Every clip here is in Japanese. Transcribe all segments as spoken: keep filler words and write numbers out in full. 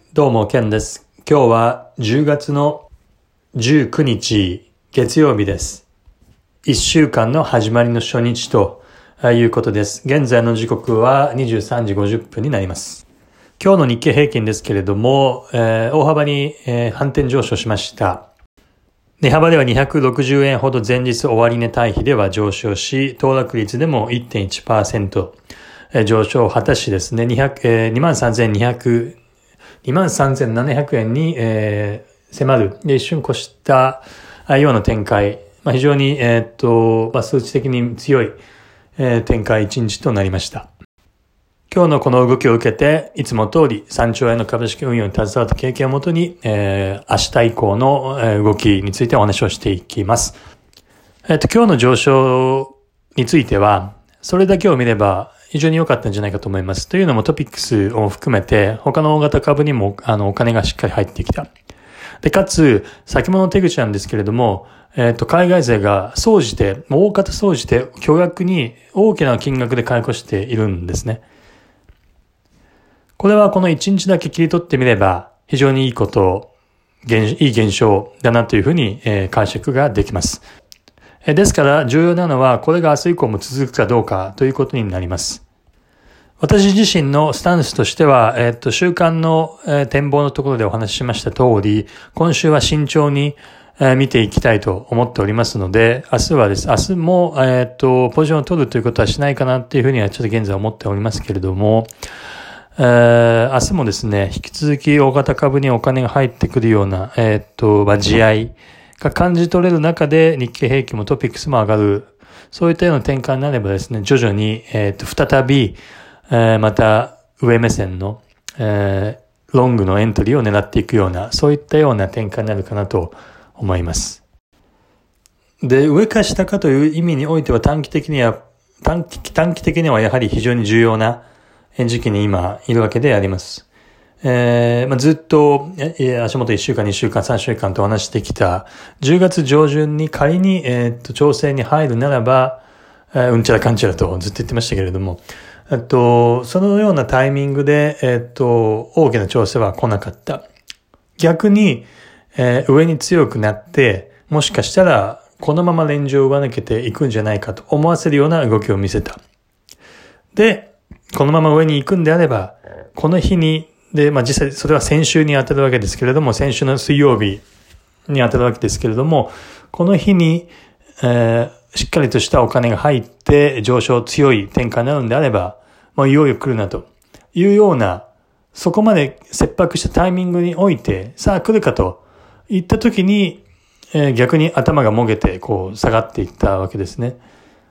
どうも、ケンです。今日はじゅうがつのじゅうくにち月曜日です。いっしゅうかんの始まりの初日ということです。現在の時刻はにじゅうさんじごじゅっぷんになります。今日の日経平均ですけれども、えー、大幅に、えー、反転上昇しました。値幅ではにひゃくろくじゅうえんほど前日終値対比では上昇し、騰落率でも いってんいちパーセント、えー、上昇を果たしですね、にまんさんぜんにひゃくにまんさんぜんななひゃくえんに、えー、迫る、で一瞬越したような展開、まあ、非常に、えーっとまあ、数値的に強い、えー、展開一日となりました。今日のこの動きを受けて、いつも通りさんちょうえんの株式運用に携わった経験をもとに、えー、明日以降の動きについてお話をしていきます。えーっと今日の上昇については、それだけを見れば非常に良かったんじゃないかと思います。というのもトピックスを含めて他の大型株にもあのお金がしっかり入ってきた。で、かつ先物の手口なんですけれども、えっと海外勢が総じて、大方総じて巨額に大きな金額で買い越しているんですね。これはこのいちにちだけ切り取ってみれば非常にいいこと、いい現象だなというふうに解釈ができます。ですから重要なのはこれが明日以降も続くかどうかということになります。私自身のスタンスとしては、えっと、週間の、えー、展望のところでお話ししました通り、今週は慎重に、えー、見ていきたいと思っておりますので、明日はです、明日も、えっと、ポジションを取るということはしないかなっていうふうにはちょっと現在思っておりますけれども、えー、明日もですね、引き続き大型株にお金が入ってくるような、えっと、まあ、地合いが感じ取れる中で日経平均もトピックスも上がる、そういったような展開になればですね、徐々に、えっと、再び、えー、また上目線の、えー、ロングのエントリーを狙っていくような、そういったような展開になるかなと思います。で、上か下かという意味においては短期的には、短期、短期的にはやはり非常に重要な時期に今いるわけであります。えーまあ、ずっと、えー、足元いっしゅうかん、にしゅうかん、さんしゅうかんと話してきたじゅうがつ上旬に仮に、えー、っと調整に入るならば、えー、うんちゃらかんちゃらとずっと言ってましたけれども、えっと、そのようなタイミングで、えっと、大きな調整は来なかった。逆に、えー、上に強くなって、もしかしたらこのままレンジを上抜けていくんじゃないかと思わせるような動きを見せた。で、このまま上に行くんであれば、この日に、で、まあ実際それは先週に当たるわけですけれども、先週の水曜日に当たるわけですけれども、この日に、えー、しっかりとしたお金が入って上昇強い展開になるんであれば、もういよいよ来るなというような、そこまで切迫したタイミングにおいて、さあ来るかといった時に、えー、逆に頭がもげてこう下がっていったわけですね。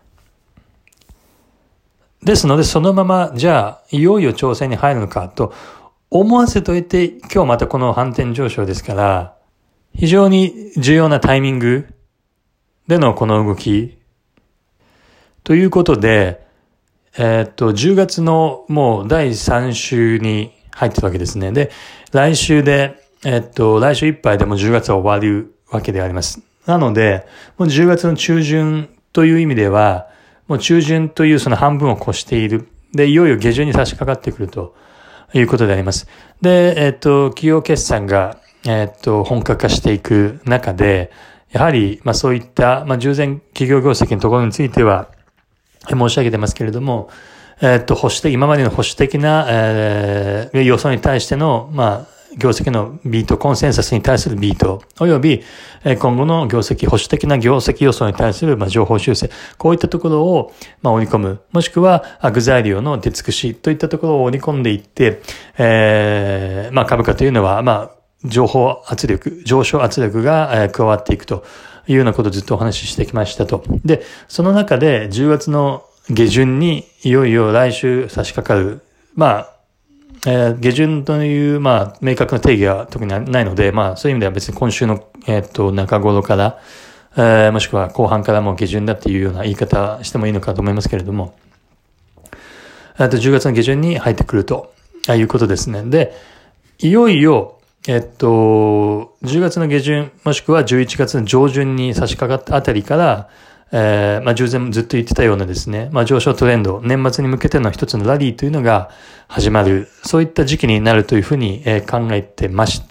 ですのでそのままじゃあいよいよ調整に入るのかと思わせといて、今日またこの反転上昇ですから、非常に重要なタイミングでのこの動きということで、えー、っとじゅうがつのもうだいさん週に入ってるわけですね。で、来週でえー、っと来週いっぱいでもじゅうがつは終わるわけであります。なので、もうじゅうがつの中旬という意味では、もう中旬というその半分を越している。で、いよいよ下旬に差し掛かってくるということであります。で、えっと、企業決算が、えっと、本格化していく中で、やはり、まあそういった、まあ従前企業業績のところについては、申し上げてますけれども、えっと、保守的、今までの保守的な、えー、予想に対しての、まあ、業績のビート、コンセンサスに対するビート、および今後の業績、保守的な業績予想に対する情報修正、こういったところを織り込む、もしくは具材料の出尽くしといったところを織り込んでいって、えー、まあ株価というのは、まあ情報圧力、上昇圧力が加わっていくというようなことをずっとお話ししてきましたと。で、その中でじゅうがつの下旬にいよいよ来週差し掛かる、まあえー、下旬という、まあ、明確な定義は特にないので、まあ、そういう意味では別に今週の、えっと、中頃から、えー、もしくは後半からもう下旬だっていうような言い方してもいいのかと思いますけれども、あとじゅうがつの下旬に入ってくるということですね。で、いよいよ、えっと、じゅうがつの下旬、もしくはじゅういちがつの上旬に差し掛かったあたりから、 えー、まあ、従前もずっと言ってたようなですね、まあ、上昇トレンド、年末に向けての一つのラリーというのが始まる、そういった時期になるというふうに、えー、考えてました。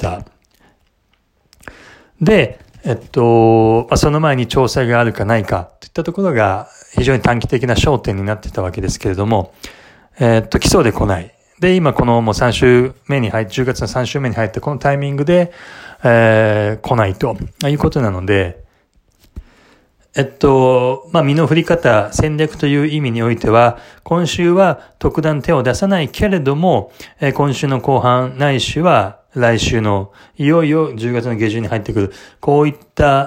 で、えっと、まあ、その前に調整があるかないかといったところが非常に短期的な焦点になってたわけですけれども、えっと、来そうで来ない。で、今このもうさん週目に入って、じゅうがつのさん週目に入ってこのタイミングで、えー、来ないということなので、えっと、まあ、身の振り方、戦略という意味においては、今週は特段手を出さないけれども、えー、今週の後半、ないしは来週の、いよいよじゅうがつの下旬に入ってくる、こういった、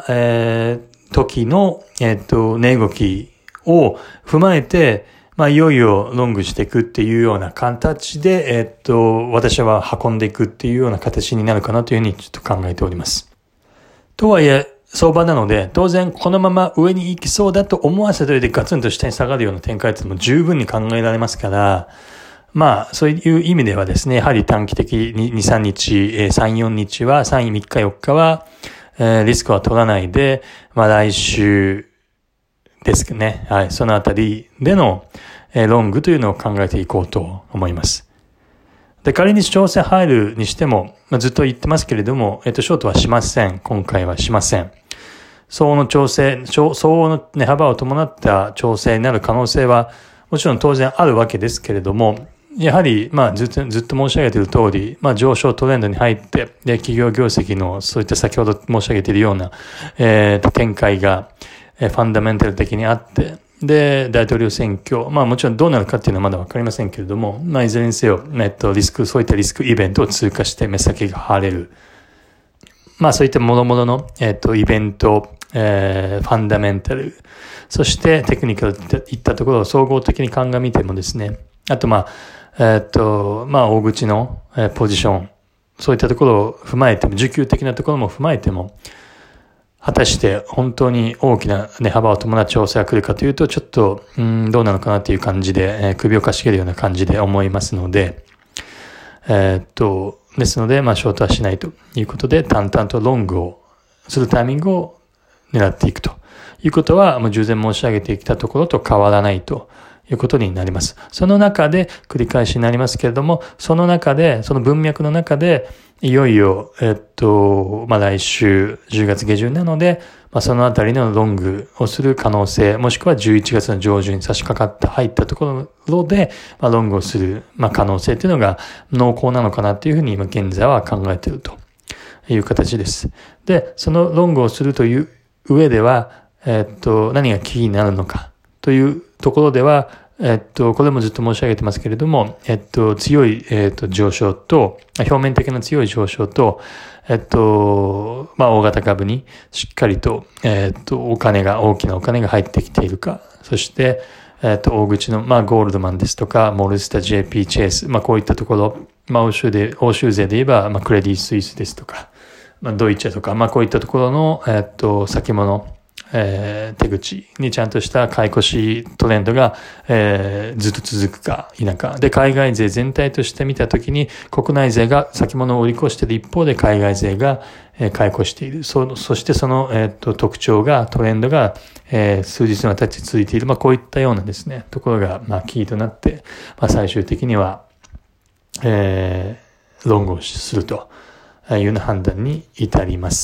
えー、時の、えっと、値動きを踏まえて、まあ、いよいよロングしていくっていうような形で、えっと、私は運んでいくっていうような形になるかなというふうにちょっと考えております。とはいえ、相場なので、当然このまま上に行きそうだと思わせておいてガツンと下に下がるような展開っても十分に考えられますから、まあ、そういう意味ではですね、やはり短期的にに、さんにち、さん、よっかは、さん、みっか、よっかは、えー、リスクは取らないで、まあ来週ですけどね、はい、そのあたりでの、えー、ロングというのを考えていこうと思います。で、仮に調整入るにしても、まあ、ずっと言ってますけれども、えっと、ショートはしません。今回はしません。相応の調整、相応の値幅を伴った調整になる可能性は、もちろん当然あるわけですけれども、やはり、まあ、ずっと、ずっと申し上げている通り、まあ、上昇トレンドに入って、で、企業業績の、そういった先ほど申し上げているような、えー、展開が、えー、ファンダメンタル的にあって、で、大統領選挙、まあもちろんどうなるかっていうのはまだわかりませんけれども、まあいずれにせよ、えっと、リスク、そういったリスクイベントを通過して目先が晴れる。まあそういった諸々の、えっと、イベント、えー、ファンダメンタル、そしてテクニカルといったところを総合的に鑑みてもですね、あとまあ、えっと、まあ大口の、えー、ポジション、そういったところを踏まえても、需給的なところも踏まえても、果たして本当に大きな値幅を伴う調整が来るかというと、ちょっと、うん、どうなのかなという感じで、えー、首をかしげるような感じで思いますので、えー、っと、ですので、まあ、ショートはしないということで、淡々とロングをするタイミングを狙っていくということは、もう従前申し上げてきたところと変わらないということになります。その中で、繰り返しになりますけれども、その中で、その文脈の中で、いよいよ、えっと、まあ、来週じゅうがつ下旬なので、まあ、そのあたりのロングをする可能性、もしくはじゅういちがつの上旬に差し掛かった、入ったところで、まあ、ロングをする、まあ、可能性というのが濃厚なのかなというふうに今現在は考えているという形です。で、そのロングをするという上では、えっと、何がキーになるのかというところでは、えっと、これもずっと申し上げてますけれども、えっと、強い、えっと、上昇と、表面的な強い上昇と、えっと、まあ、大型株にしっかりと、えっと、お金が、大きなお金が入ってきているか、そして、えっと、大口の、まあ、ゴールドマンですとか、モルスタ、ジェーピー、チェイス、まあ、こういったところ、まあ、欧州で、欧州勢で言えば、まあ、クレディ・スイスですとか、まあ、ドイツとか、まあ、こういったところの、えっと、先物、えー、手口にちゃんとした買い越しトレンドが、えー、ずっと続くか否か。で、海外勢全体として見たときに、国内勢が先物を売り越している一方で海外勢が、えー、買い越している。そ、そしてその、えー、と特徴が、トレンドが、えー、数日にわたって続いている。まあ、こういったようなですね、ところが、まあ、キーとなって、まあ、最終的には、えー、ロングをするというような判断に至ります。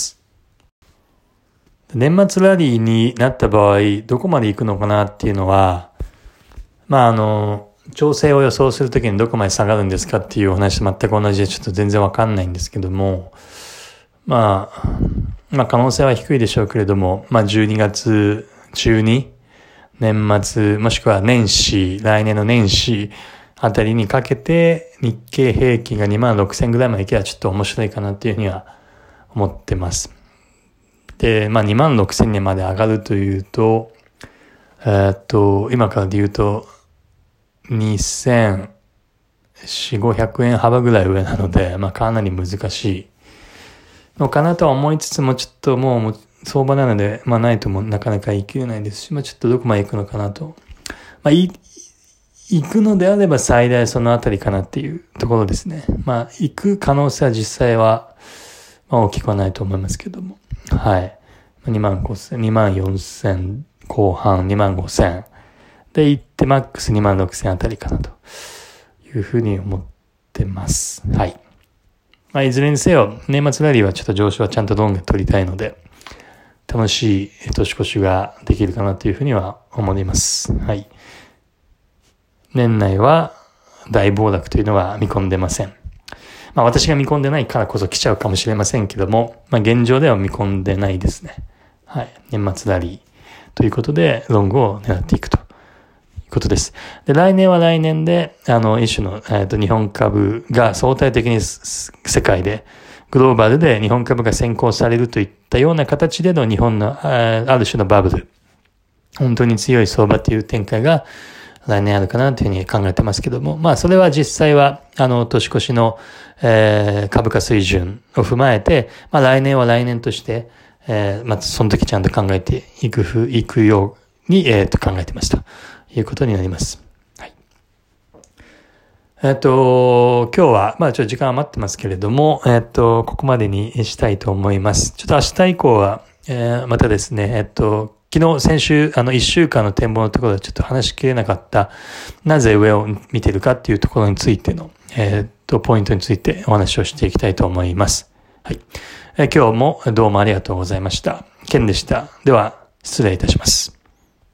年末ラリーになった場合、どこまで行くのかなっていうのは、まああの、調整を予想するときにどこまで下がるんですかっていうお話と全く同じでちょっと全然わかんないんですけども、まあ、まあ可能性は低いでしょうけれども、まあじゅうにがつ中に年末もしくは年始、来年の年始あたりにかけて日経平均がにまんろくせんぐらいまでいけばちょっと面白いかなっていうふうには思ってます。で、まあにまんろくせんえんまで上がるというと、えー、っと、今からで言うと、にせんよんひゃく、ごひゃくえん幅ぐらい上なので、まあかなり難しいのかなとは思いつつも、ちょっともう相場なので、まあないともなかなか言い切れないですし、まあちょっとどこまで行くのかなと。まあい、行くのであれば最大そのあたりかなっていうところですね。まあ行く可能性は実際は、まあ大きくはないと思いますけども。はい。にまんごせん、にまんよんせん後半にまんごせんで行ってマックスにまんろくせんあたりかなというふうに思ってます。はい。まあ、いずれにせよ、年末ラリーはちょっと上昇はちゃんとロング取りたいので、楽しい年越しができるかなというふうには思います。はい。年内は大暴落というのは見込んでません。まあ私が見込んでないからこそ来ちゃうかもしれませんけども、まあ現状では見込んでないですね。はい。年末ラリーということで、ロングを狙っていくということです。で、来年は来年で、あの、一種の、えっと、日本株が相対的に世界で、グローバルで日本株が先行されるといったような形での日本のある種のバブル、本当に強い相場という展開が来年あるかなというふうに考えてますけども、まあそれは実際はあの年越しの、えー、株価水準を踏まえて、まあ来年は来年として、えー、まあその時ちゃんと考えていくふいくように、えー、と考えてますということになります。えっと、今日は、まあちょっと時間余ってますけれども、えっと、ここまでにしたいと思います。ちょっと明日以降は、えー、またですね、えっと、昨日、先週、あの、一週間の展望のところでちょっと話しきれなかった、なぜ上を見てるかっていうところについての、えっと、ポイントについてお話をしていきたいと思います。はい。えー、今日もどうもありがとうございました。ケンでした。では、失礼いたします。